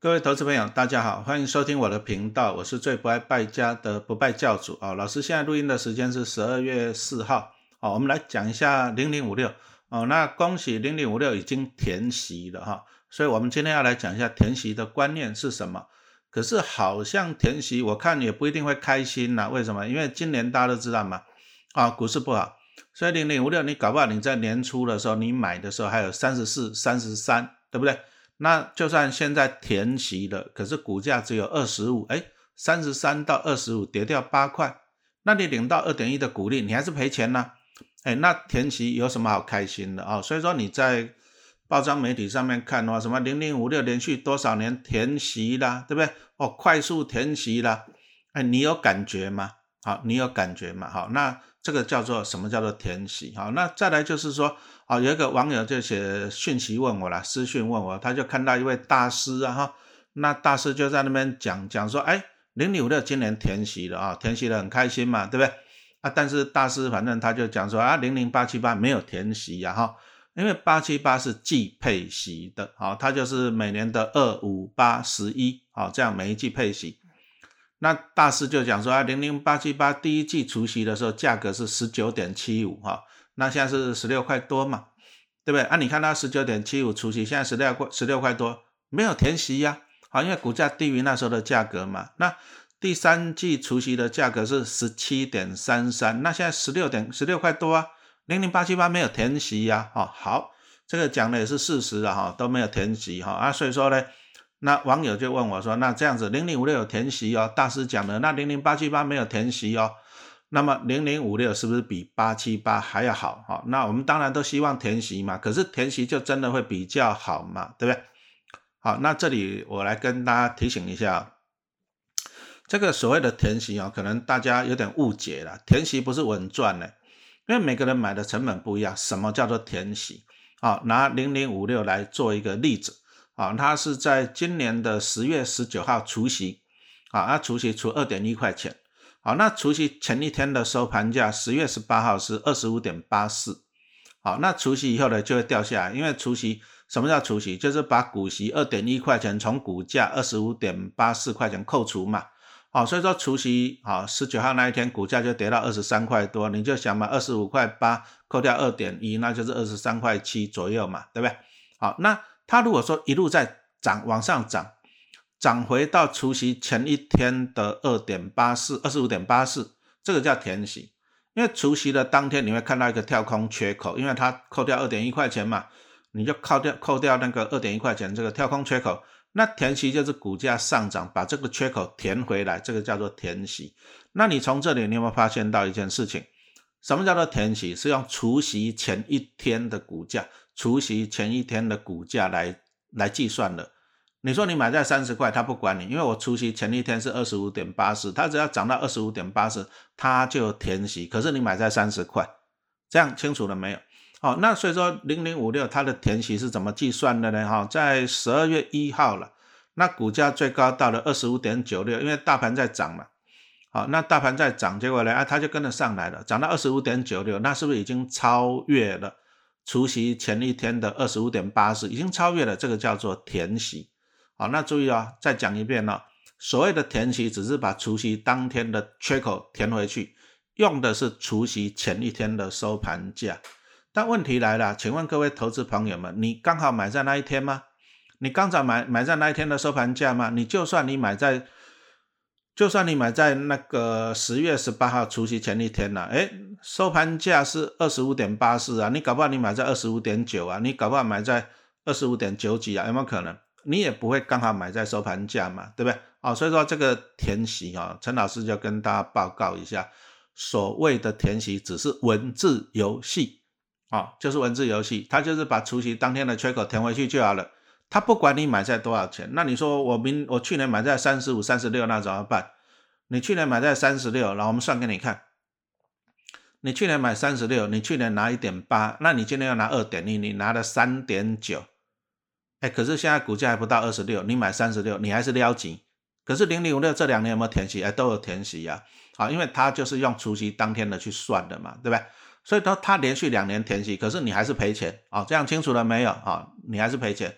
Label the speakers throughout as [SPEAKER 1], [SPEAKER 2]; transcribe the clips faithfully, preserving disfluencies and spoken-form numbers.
[SPEAKER 1] 各位投资朋友大家好，欢迎收听我的频道，我是最不爱败家的不败教主、哦、老师现在录音的时间是十二月四号、哦、我们来讲一下零零五六、哦、那恭喜零零五六已经填息了、哦、所以我们今天要来讲一下填息的观念是什么。可是好像填息我看也不一定会开心啦，为什么？因为今年大家都知道嘛、啊、股市不好，所以零零五六你搞不好你在年初的时候你买的时候还有三十四、三十三，对不对？那就算现在填息了，可是股价只有二十五，哎，三十三到二十五跌掉八块，那你领到 二点一 的股利，你还是赔钱呢、啊？那填息有什么好开心的、哦、所以说你在报章媒体上面看的话，什么零零五六连续多少年填息啦，对不对？哦，快速填息啦，哎，你有感觉吗？好，你有感觉吗？好，那这个叫做什么叫做填息？好，那再来就是说，好，有一个网友就写讯息问我啦，私讯问我，他就看到一位大师啊，哈，那大师就在那边讲讲说，哎，零零五六今年填息了啊，填息了很开心嘛，对不对？啊，但是大师反正他就讲说啊，零零八七八没有填息呀、啊，哈，因为八七八是季配息的，好，它就是每年的二五八十一，好，这样每一季配息。那大师就讲说啊，零零八七八第一季除息的时候价格是 十九点七五 哈，那现在是十六块多嘛，对不对？啊，你看它 十九点七五 除息，现在十六块十六块多，没有填息呀、啊，好，因为股价低于那时候的价格嘛。那第三季除息的价格是 十七点三三， 那现在十六点十六块多啊，零零八七八没有填息呀、啊，哦，好，这个讲的也是事实啊，哈，都没有填息哈啊，所以说呢。那网友就问我说，那这样子零零五六有填息哦，大师讲的，那零零八七八没有填息哦，那么零零五六是不是比八七八还要好、哦、那我们当然都希望填息嘛，可是填息就真的会比较好嘛，对不对？好，那这里我来跟大家提醒一下，这个所谓的填息哦，可能大家有点误解了，填息不是稳赚的，因为每个人买的成本不一样。什么叫做填息？好、哦，拿零零五六来做一个例子。啊，它是在今年的十月十九号除息，啊，那除息除 二点一 块钱，好，那除息前一天的收盘价十月十八号是 二十五点八四， 好，那除息以后呢就会掉下来，因为除息，什么叫除息？就是把股息 二点一 块钱从股价 二十五点八四 块钱扣除嘛，好，所以说除息，好，十九号那一天股价就跌到二十三块多，你就想嘛，二十五块八扣掉 二点一， 那就是二十三块七左右嘛，对不对？好，那它如果说一路在涨往上涨，涨回到除息前一天的 二点八四 二十五点八四， 这个叫填息。因为除息的当天你会看到一个跳空缺口，因为它扣掉 二点一 块钱嘛，你就扣掉扣掉那个 二点一 块钱这个跳空缺口，那填息就是股价上涨把这个缺口填回来，这个叫做填息。那你从这里你有没有发现到一件事情？什么叫做填息？是用除息前一天的股价除息前一天的股价来来计算的。你说你买在三十块，他不管你，因为我除息前一天是 二十五点八四， 他只要涨到 二十五点八四， 他就填息，可是你买在三十块，这样清楚了没有？好，那所以说零零五六它的填息是怎么计算的呢？在十二月一号了，那股价最高到了 二十五点九六， 因为大盘在涨嘛，好，那大盘在涨，结果呢，啊，它就跟着上来了，涨到 二十五点九六， 那是不是已经超越了除息前一天的 二十五点八四， 已经超越了，这个叫做填息。好，那注意哦，再讲一遍哦，所谓的填息只是把除息当天的缺口填回去，用的是除息前一天的收盘价。但问题来了，请问各位投资朋友们，你刚好买在那一天吗？你刚才买买在那一天的收盘价吗？你就算你买在就算你买在那个十月十八号除息前一天啦、啊，诶，收盘价是 二十五点八四 啊，你搞不好你买在 二十五点九 啊，你搞不好买在 二十五点九 几啊，有没有可能？你也不会刚好买在收盘价嘛，对不对？哦，所以说这个填息啊、哦，陈老师就跟大家报告一下，所谓的填息只是文字游戏啊、哦，就是文字游戏，它就是把除息当天的缺口填回去就好了。他不管你买在多少钱，那你说我明我去年买在三十五、三十六，那怎么办？你去年买在三十六，然后我们算给你看。你去年买三十六，你去年拿 一点八， 那你今年要拿 二点一， 你拿了 三点九。哎，可是现在股价还不到二十六，你买三十六，你还是撩急。可是零零五六这两年有没有填息？哎，都有填息啊。好，因为它就是用除息当天的去算的嘛，对不对？所以它连续两年填息，可是你还是赔钱啊、哦，这样清楚了没有啊、哦？你还是赔钱。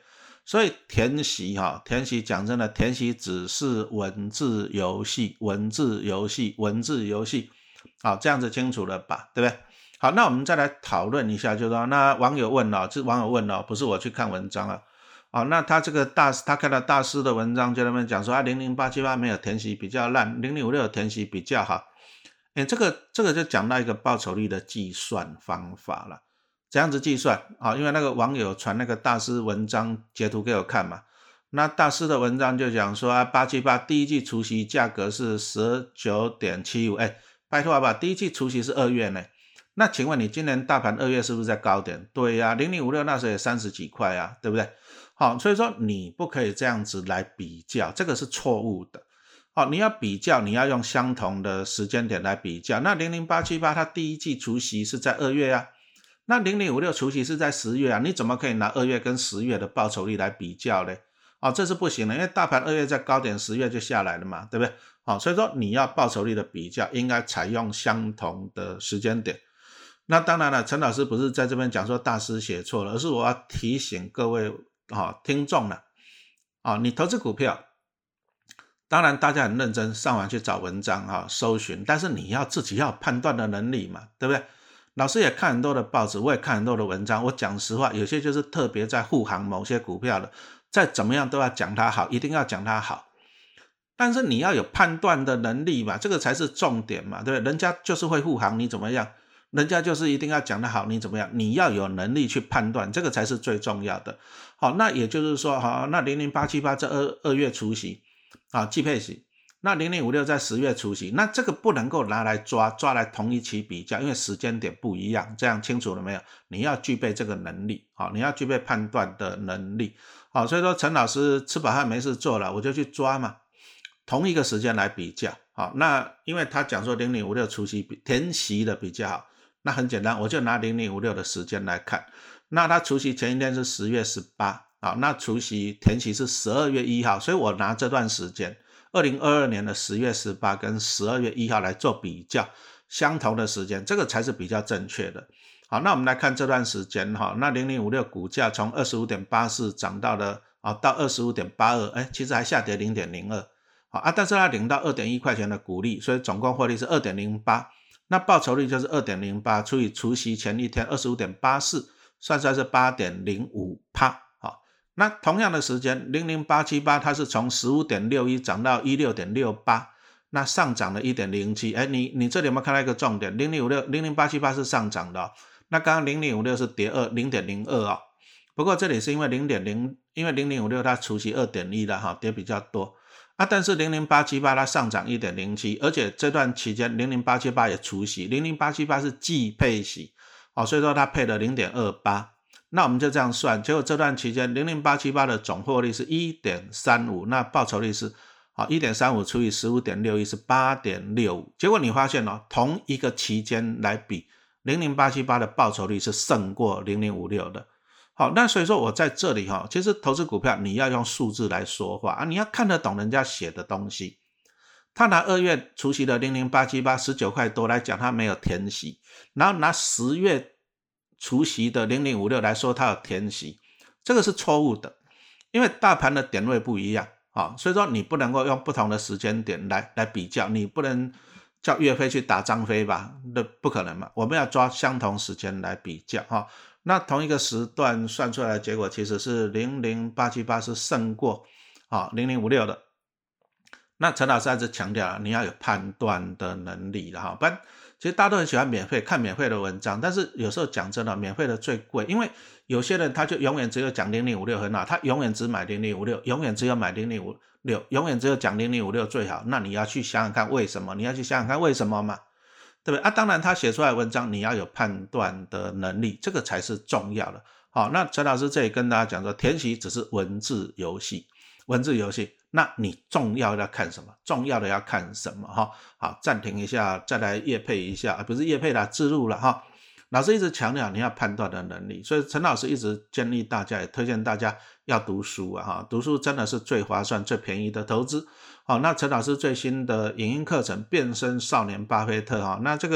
[SPEAKER 1] 所以填习哈，填习讲真的，填习只是文字游戏，文字游戏，文字游戏，好，这样子清楚了吧，对不对？好，那我们再来讨论一下，就是说，那网友问了，是网友问了，不是我去看文章啊。哦，那他这个大师，他看到大师的文章，就在那边讲说啊，零零八七八没有填习比较烂，零零五六填习比较好。哎，这个这个就讲到一个报酬率的计算方法了。怎样子计算啊？因为那个网友传那个大师文章截图给我看嘛，那大师的文章就讲说啊，八七八第一季除息价格是 十九点七五， 哎，拜托吧，第一季除息是二月呢。那请问你今年大盘二月是不是在高点？对呀、啊，零零五六那时候也三十几块啊，对不对？好，所以说你不可以这样子来比较，这个是错误的。好，你要比较，你要用相同的时间点来比较。那零零八七八它第一季除息是在二月啊。那零零五六除息是在十月啊，你怎么可以拿二月跟十月的报酬率来比较呢？哦，这是不行的，因为大盘二月在高点，十月就下来了嘛，对不对？好、哦，所以说你要报酬率的比较，应该采用相同的时间点。那当然了，陈老师不是在这边讲说大师写错了，而是我要提醒各位啊、哦、听众了啊、哦，你投资股票，当然大家很认真上网去找文章啊、哦、搜寻，但是你要自己要有判断的能力嘛，对不对？老师也看很多的报纸，我也看很多的文章，我讲实话，有些就是特别在护航某些股票的，再怎么样都要讲它好，一定要讲它好。但是你要有判断的能力嘛，这个才是重点嘛，对不对？人家就是会护航，你怎么样？人家就是一定要讲得好，你怎么样？你要有能力去判断，这个才是最重要的。好，那也就是说，好，那零零八七八这二二月除息啊，季配息。那零零五六在十月除息，那这个不能够拿来抓，抓来同一期比较，因为时间点不一样，这样清楚了没有？你要具备这个能力，好，你要具备判断的能力，好，所以说陈老师吃饱饭没事做了，我就去抓嘛，同一个时间来比较，好，那因为他讲说零零五六除息填息的比较好，那很简单，我就拿零零五六的时间来看，那他除息前一天是十月十八，好，那除息填息是十二月一号，所以我拿这段时间。二零二二年的十月十八跟十二月一号来做比较，相同的时间，这个才是比较正确的。好，那我们来看这段时间哈，那零零五六股价从 二十五点八四 涨到了啊到 二十五点八二， 哎，其实还下跌 零点零二， 好啊，但是它领到 二点一块钱的股利，所以总共获利是 二点零八， 那报酬率就是 二点零八 除以除息前一天 二十五点八四， 算出来是 百分之八点零五。那同样的时间零零八七八它是从 十五点六一 涨到 十六点六八， 那上涨了 一点零七， 哎，你你这里有没有看到一个重点？ 零零五六 零零八七八是上涨的、哦、那刚刚零零五六是跌 零点零二 哦，不过这里是因为 零点零， 因为零零五六它除息 二点一 了哈，跌比较多啊，但是零零八七八它上涨 一点零七， 而且这段期间零零八七八也除息， 零零八七八是季配息、哦、所以说它配了 零点二八，那我们就这样算，结果这段期间零零八七八的总获利是 一点三五， 那报酬率是、哦、一点三五 除以 十五点六一 是 八点六五， 结果你发现、哦、同一个期间来比零零八七八的报酬率是胜过零零五六的。好，那所以说我在这里、哦、其实投资股票你要用数字来说话、啊、你要看得懂人家写的东西。他拿二月除息的零零八七八 十九块多来讲他没有填息，然后拿十月除息的零零五六来说它有填息，这个是错误的，因为大盘的点位不一样、哦、所以说你不能够用不同的时间点来来比较，你不能叫岳飞去打张飞吧，那不可能嘛，我们要抓相同时间来比较、哦、那同一个时段算出来的结果其实是零零八七八是胜过、哦、零零五六的。那陈老师还是强调了你要有判断的能力了哈，不然其实大家都很喜欢免费看免费的文章，但是有时候讲真的，免费的最贵，因为有些人他就永远只有讲零零五六很好，他永远只买零零五六，永远只有买零零五六，永远只有讲零零五六最好，那你要去想想看为什么，你要去想想看为什么嘛，对不对啊？当然他写出来的文章你要有判断的能力，这个才是重要的。好，那陈老师这里跟大家讲说，填息只是文字游戏，文字游戏，那你重要的要看什么？重要的要看什么哈？好，暂停一下，再来业配一下，不是业配啦，置入了哈。老师一直强调你要判断的能力，所以陈老师一直建议大家，也推荐大家要读书啊哈，读书真的是最划算、最便宜的投资。好，那陈老师最新的影音课程《变身少年巴菲特》哈，那这个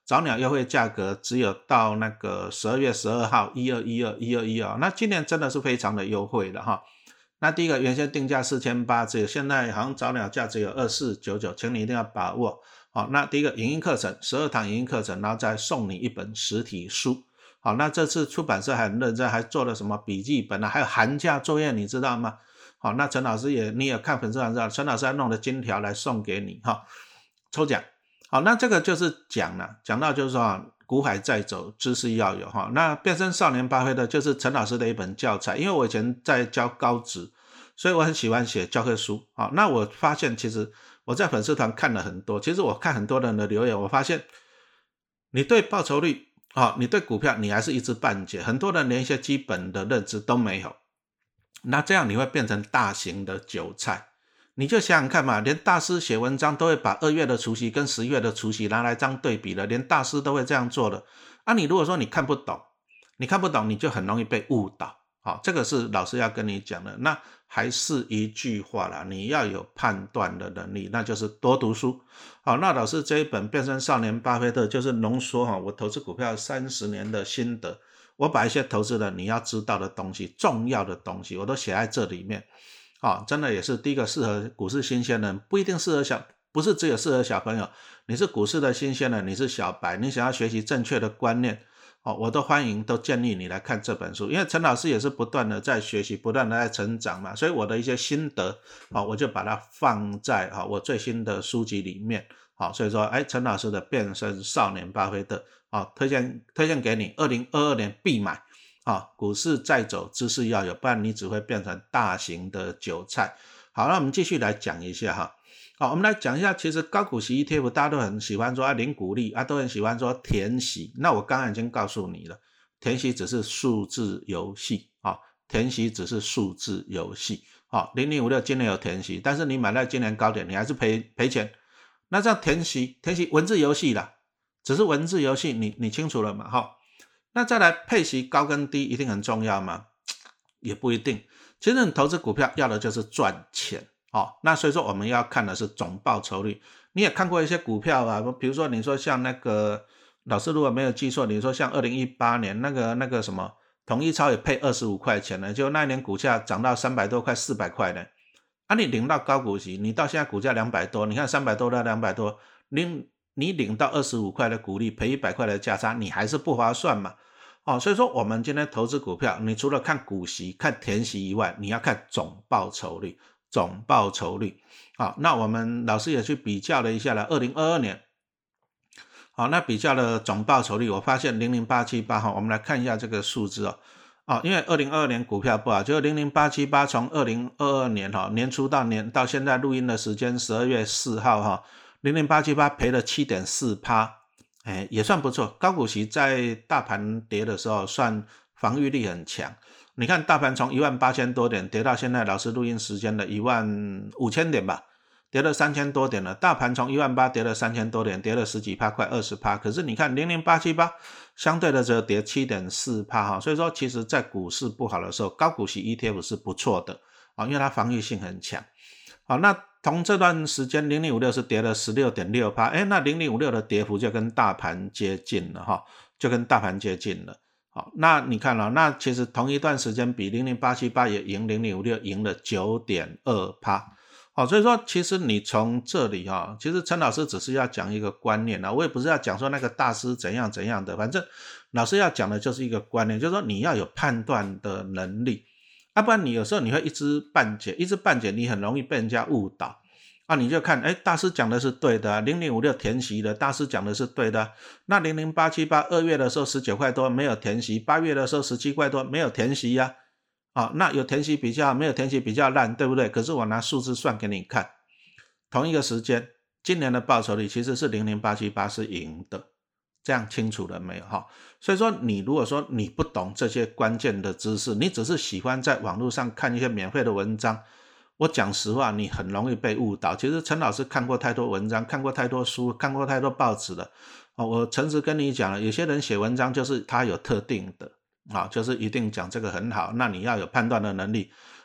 [SPEAKER 1] 早鸟优惠价格只有到那个十二月十二号一二一二一二一二，那今年真的是非常的优惠的哈。那第一个原先定价四千八百，只有现在好像早鸟价只有二四九九，请你一定要把握。好，那第一个影音课程十二堂影音课程，然后再送你一本实体书。好，那这次出版社还很认真，还做了什么笔记本啊，还有寒假作业，你知道吗？好，那陈老师也你也看粉丝团知道，陈老师还弄了金条来送给你哈，抽奖。好，那这个就是讲了，讲到就是说啊，股海在走，知识要有哈。那变身少年巴菲特就是陈老师的一本教材，因为我以前在教高职，所以我很喜欢写教科书。好，那我发现其实我在粉丝团看了很多，其实我看很多人的留言，我发现你对报酬率啊，你对股票你还是一知半解，很多人连一些基本的认知都没有。那这样你会变成大型的韭菜。你就想想看嘛，连大师写文章都会把二月的除息跟十月的除息拿来当对比了，连大师都会这样做的。啊，你如果说你看不懂，你看不懂你就很容易被误导。好，这个是老师要跟你讲的。那还是一句话啦，你要有判断的能力，那就是多读书。好，那老师这一本变身少年巴菲特就是浓缩哈我投资股票三十年的心得，我把一些投资人你要知道的东西，重要的东西我都写在这里面。哦，真的也是第一个适合股市新鲜人，不一定适合小，不是只有适合小朋友，你是股市的新鲜人，你是小白，你想要学习正确的观念，哦，我都欢迎，都建议你来看这本书，因为陈老师也是不断的在学习，不断的在成长嘛，所以我的一些心得，哦，我就把它放在哦我最新的书籍里面，好、哦，所以说，哎，陈老师的变身少年巴菲特，哦，推荐推荐给你，二零二二年必买。啊，股市再走，知识要有，不然你只会变成大型的韭菜。好，那我们继续来讲一下哈。好，我们来讲一下，其实高股息 E T F 大家都很喜欢说啊零股利啊，都很喜欢说填息。那我刚刚已经告诉你了，填息只是数字游戏啊，填息只是数字游戏。好，零零五六今年有填息，但是你买在今年高点，你还是赔赔钱。那这样填息，填息文字游戏啦，只是文字游戏，你你清楚了吗？哈。那再来配息高跟低一定很重要吗？也不一定。其实你投资股票要的就是赚钱哦。那所以说我们要看的是总报酬率。你也看过一些股票啊，比如说你说像那个老师如果没有记错，你说像二零一八年那个那个什么统一超也配二十五块钱呢，就那一年股价涨到三百多块四百块呢。啊你领到高股息，你到现在股价两百多，你看三百多到两百多，你你领到二十五块的股利，赔一百块的价差，你还是不划算嘛。哦，所以说我们今天投资股票，你除了看股息、看填息以外，你要看总报酬率，总报酬率。好，那我们老师也去比较了一下了，二零二二年，好，那比较了总报酬率，我发现零零八七八哈，我们来看一下这个数字哦。哦，因为二零二二年股票不好，就零零八七八从二零二二年哈年初到年到现在录音的时间十二月四号哈，零零八七八赔了 百分之七点四。哎，也算不错。高股息在大盘跌的时候，算防御力很强。你看大盘从一万八千多点跌到现在老师录音时间的一万五千点吧，跌了三千多点了。大盘从一万八跌了三千多点，跌了十几%，快 百分之二十。可是你看零零八七八相对的只有跌 百分之七点四 哈，所以说其实在股市不好的时候，高股息 E T F 是不错的啊，因为它防御性很强。好，那同这段时间零零五六是跌了 百分之十六点六， 诶那零零五六的跌幅就跟大盘接近了哈，就跟大盘接近了。好，那你看了、哦，那其实同一段时间比零零八七八也赢零零五六赢了 百分之九点二。 好，所以说其实你从这里哈、哦，其实陈老师只是要讲一个观念啊，我也不是要讲说那个大师怎样怎样的，反正老师要讲的就是一个观念，就是说你要有判断的能力。要、啊、不然你有时候你会一知半解，一知半解你很容易被人家误导啊！你就看，哎，大师讲的是对的、啊，零零五六填息的，大师讲的是对的、啊。那零零八七八二月的时候十九块多没有填息，八月的时候十七块多没有填息呀、啊，啊，那有填息比较没有填息比较烂，对不对？可是我拿数字算给你看，同一个时间，今年的报酬率其实是零零八七八是赢的。这样清楚了没有哈？所以说你如果说你不懂这些关键的知识，你只是喜欢在网络上看一些免费的文章，我讲实话你很容易被误导。其实陈老师看过太多文章，看过太多书，看过太多报纸了、哦、我诚实跟你讲了，有些人写文章就是他有特定的、哦、就是一定讲这个很好，那你要有判断的能力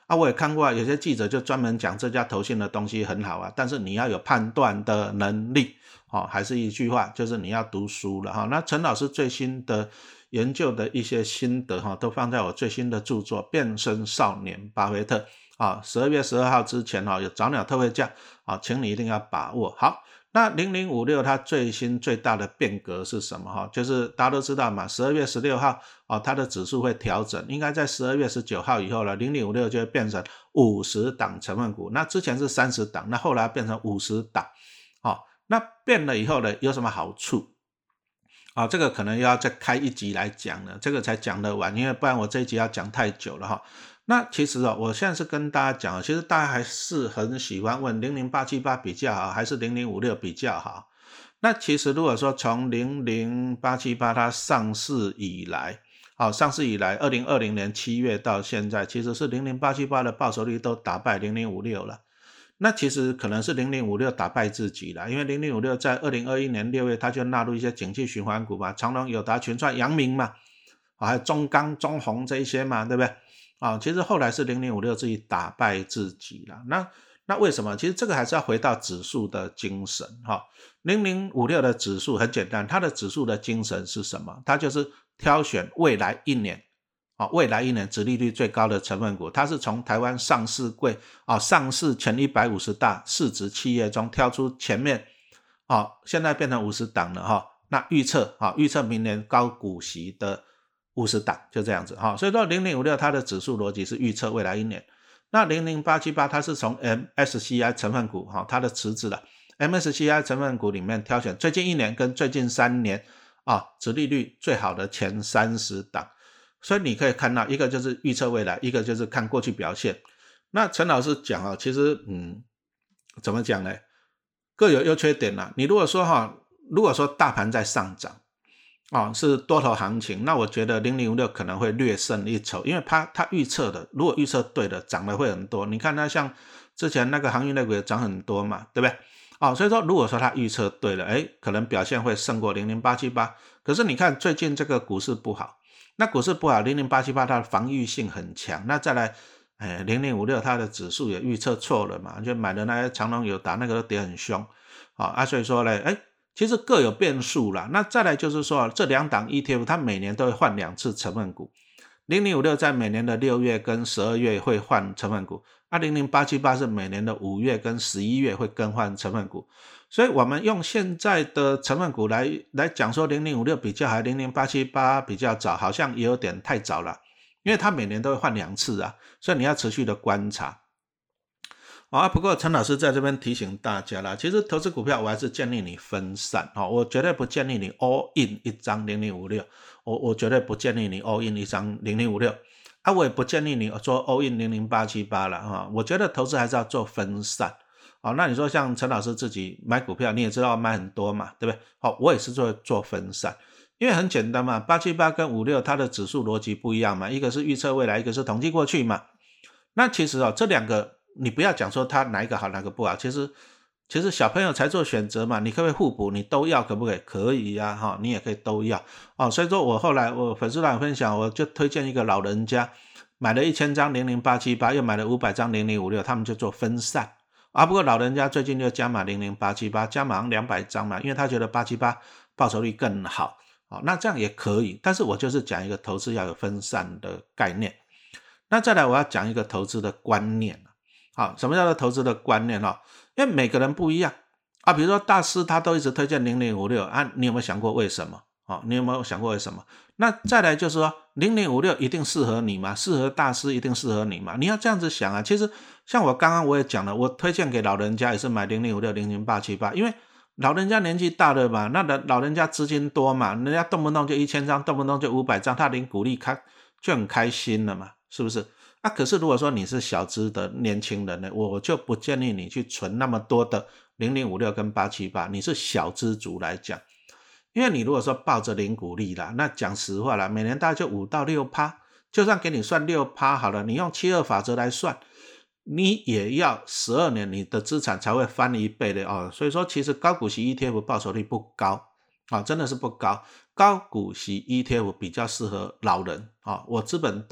[SPEAKER 1] 啊，我也看过啊，有些记者就专门讲这家投信的东西很好啊，但是你要有判断的能力哦，还是一句话，就是你要读书了哈。那陈老师最新的研究的一些心得哈，都放在我最新的著作《变身少年巴菲特》啊，十二月十二号之前哈有早鸟特惠价啊，请你一定要把握好。那零零五六它最新最大的变革是什么哈？就是大家都知道嘛，十二月十六号哦，它的指数会调整，应该在十二月十九号以后了，零零五六就会变成五十档成分股。那之前是三十档，那后来变成五十档。哦，那变了以后呢，有什么好处？啊、哦，这个可能要再开一集来讲了，这个才讲得完，因为不然我这一集要讲太久了哈。那其实哦，我现在是跟大家讲，其实大家还是很喜欢问零零八七八比较好还是零零五六比较好。那其实如果说从零零八七八它上市以来，好、哦，上市以来二零二零年七月到现在，其实是零零八七八的报酬率都打败零零五六了。那其实可能是零零五六打败自己了，因为零零五六在二零二一年六月它就纳入一些景气循环股嘛，长荣、友达、群创、阳明嘛，还有中钢、中鸿这一些嘛，对不对？啊、哦，其实后来是零零五六自己打败自己了。那那为什么？其实这个还是要回到指数的精神哈、哦。零零五六的指数很简单，它的指数的精神是什么？它就是挑选未来一年啊、哦，未来一年殖利率最高的成分股，它是从台湾上市柜啊、哦，上市前一百五十大市值企业中挑出前面啊、哦，现在变成五十档了哈、哦。那预测啊、哦，预测明年高股息的五十档，就这样子哈、哦。所以说零零五六它的指数逻辑是预测未来一年。那零零八七八它是从 M S C I 成分股哈、哦，它的池子了 M S C I 成分股里面挑选最近一年跟最近三年啊殖利率最好的前三十档。所以你可以看到，一个就是预测未来，一个就是看过去表现。那陈老师讲啊，其实嗯，怎么讲呢？各有优缺点啦。你如果说哈，如果说大盘在上涨啊，是多头行情，那我觉得零零五六可能会略胜一筹，因为它它预测的，如果预测对的，涨的会很多。你看它像之前那个航运类股也涨很多嘛，对不对？哦，所以说如果说它预测对了，诶，可能表现会胜过零零八七八。可是你看最近这个股市不好。那股市不好 ,零零八七八 它的防御性很强。那再来哎 ,零零五六 它的指数也预测错了嘛，就买的那些长荣友达那个都跌很凶。好、哦、啊，所以说呢，哎，其实各有变数啦。那再来就是说这两档 E T F 它每年都会换两次成分股。零零五六在每年的六月跟十二月会换成分股，啊零零八七八是每年的五月跟十一月会更换成分股。所以我们用现在的成分股来来讲说零零五六比较还零零八七八比较早，好像也有点太早了，因为它每年都会换两次啊，所以你要持续的观察。啊，不过陈老师在这边提醒大家啦，其实投资股票我还是建议你分散，我绝对不建议你 all in 一张零零五六，我我绝对不建议你 all in 一张零零五六，啊，我也不建议你做 all in 零零八七八了哈，我觉得投资还是要做分散。好，那你说像陈老师自己买股票，你也知道买很多嘛，对不对？好，我也是做做分散，因为很简单嘛，八七八跟五六它的指数逻辑不一样嘛，一个是预测未来，一个是统计过去嘛。那其实哦，这两个你不要讲说它哪一个好哪个不好，其实其实小朋友才做选择嘛，你可不可以互补？你都要可不可以？可以呀、啊，哈，你也可以都要哦。所以说我后来我粉丝团分享，我就推荐一个老人家买了一千张零零八七八，又买了五百张零零五六，他们就做分散。啊，不过老人家最近就加码零零八七八，加码两百张嘛，因为他觉得八七八报酬率更好。哦，那这样也可以，但是我就是讲一个投资要有分散的概念。那再来我要讲一个投资的观念。好，什么叫做投资的观念？因为每个人不一样啊，比如说大师他都一直推荐零零五六啊，你有没有想过为什么？哦，你有没有想过为什么？那再来就是说零零五六一定适合你吗？适合大师一定适合你吗？你要这样子想啊。其实像我刚刚我也讲了，我推荐给老人家也是买零零五六、零零八七八，因为老人家年纪大了嘛，那老人家资金多嘛，人家动不动就一千张，动不动就五百张，他领股利开就很开心了嘛，是不是？啊，可是如果说你是小资的年轻人呢，我就不建议你去存那么多的零零五六跟八七八，你是小资族来讲。因为你如果说抱着零股利啦，那讲实话啦，每年大概就百分之五到百分之六，就算给你算 百分之六 好了，你用七二法则来算，你也要十二年你的资产才会翻一倍的哦。所以说其实高股息 E T F 报酬率不高啊，真的是不高。高股息 E T F 比较适合老人啊，我资本多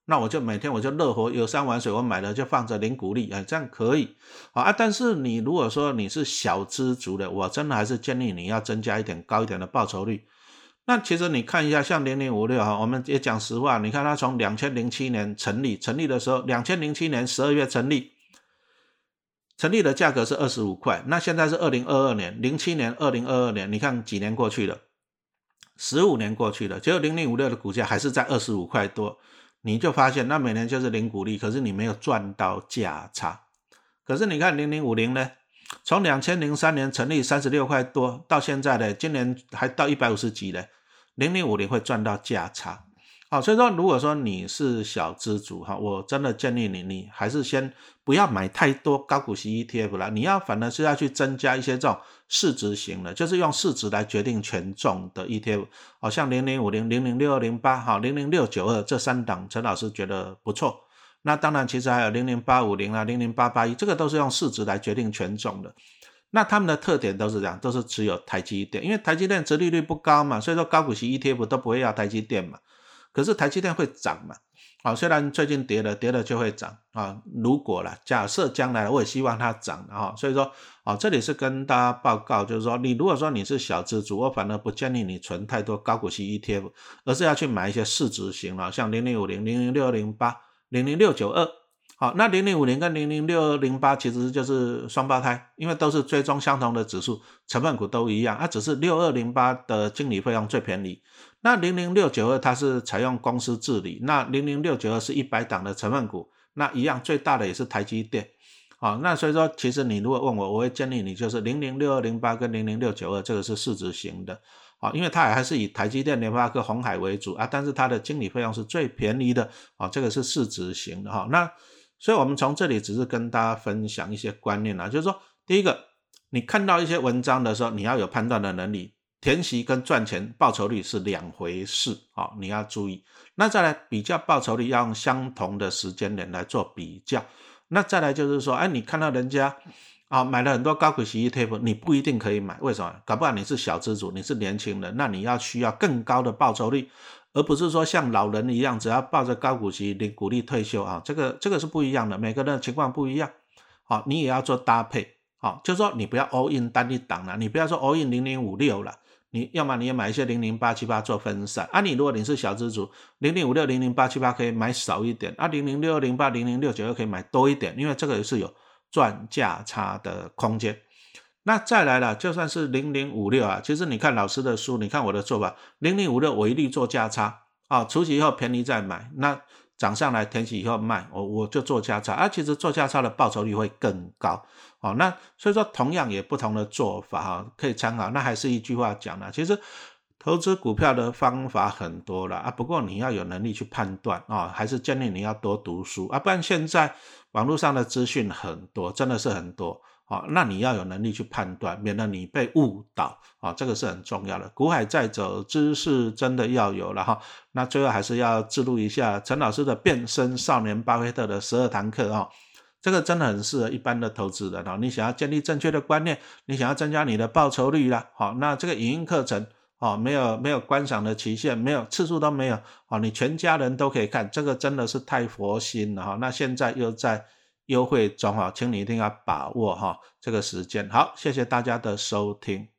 [SPEAKER 1] 那我就每天我就乐活游山玩水，我买了就放着领股利，哎，这样可以啊。但是你如果说你是小资族的，我真的还是建议你要增加一点高一点的报酬率。那其实你看一下像零零五六哈，我们也讲实话，你看它从二零零七年成立，成立的时候二零零七年十二月成立，成立的价格是二十五块，那现在是二零二二年，零七年二零二二年，你看几年过去了，十五年过去了，结果零零五六的股价还是在二十五块多，你就发现那每年就是零股利，可是你没有赚到价差。可是你看零零五零呢，从二零零三年成立三十六块多到现在呢，今年还到一百五十几了，零零五零会赚到价差。好，所以说如果说你是小资族哈，我真的建议你，你还是先不要买太多高股息 E T F 啦，你要反而是要去增加一些这种市值型的，就是用市值来决定权重的 E T F， 好像零零五零、零零六二零八、好零零六九二这三档，陈老师觉得不错。那当然其实还有零零八五零啊、零零八八一，这个都是用市值来决定权重的。那他们的特点都是这样，都是持有台积电，因为台积电殖利率不高嘛，所以说高股息 E T F 都不会要台积电嘛。可是台积电会涨嘛，啊，虽然最近跌了，跌了就会涨啊。如果啦，假设将来我也希望它涨啊，所以说啊，这里是跟大家报告，就是说你如果说你是小资族，我反而不建议你存太多高股息 E T F， 而是要去买一些市值型了，像零零五零、零零六二零八、零零六九二。好，那零零五零跟零零六二零八其实就是双胞胎，因为都是追踪相同的指数，成分股都一样，它只是六二零八的经理费用最便宜。那零零六九二它是采用公司治理，那零零六九二是一百档的成分股，那一样最大的也是台积电。好，那所以说其实你如果问我，我会建议你就是零零六二零八跟零零六九二这个是市值型的。好，因为它还是以台积电、联发科、鸿海为主啊，但是它的经理费用是最便宜的，好，这个是市值型的哈。那所以我们从这里只是跟大家分享一些观念啦，就是说第一个，你看到一些文章的时候，你要有判断的能力，填息跟赚钱报酬率是两回事，好，你要注意。那再来比较报酬率，要用相同的时间点来做比较。那再来就是说，哎，你看到人家啊买了很多高股息 E T F， 你不一定可以买，为什么？搞不好你是小资族，你是年轻人，那你要需要更高的报酬率，而不是说像老人一样只要抱着高股息领股利退休啊，这个这个是不一样的，每个人的情况不一样。好，你也要做搭配，好，就是说你不要 all in 单一档啦，你不要说 all in 零零五六啦，你要么你也买一些零零八七八做分散啊。你如果你是小资族，零零五六、零零八七八可以买少一点啊，零零六二零八、零零六九二可以买多一点，因为这个是有赚价差的空间。那再来了，就算是零零五六啊，其实你看老师的书，你看我的做法，零零五六我一律做价差啊，除息以后便宜再买，那涨上来填息以后卖，我我就做价差啊，其实做价差的报酬率会更高哦。那所以说同样也不同的做法啊，可以参考。那还是一句话讲啦，其实投资股票的方法很多啦啊，不过你要有能力去判断啊，还是建议你要多读书啊，不然现在网络上的资讯很多，真的是很多。哦，那你要有能力去判断，免得你被误导啊，这个是很重要的。股海在走，知识真的要有了哈。那最后还是要记录一下陈老师的变身少年巴菲特的十二堂课哈，这个真的很适合一般的投资人哦。你想要建立正确的观念，你想要增加你的报酬率啦，好，那这个影音课程哦，没有没有观赏的期限，没有次数都没有哦，你全家人都可以看，这个真的是太佛心了哈。那现在又在优惠中哈，请你一定要把握哈这个时间。好，谢谢大家的收听。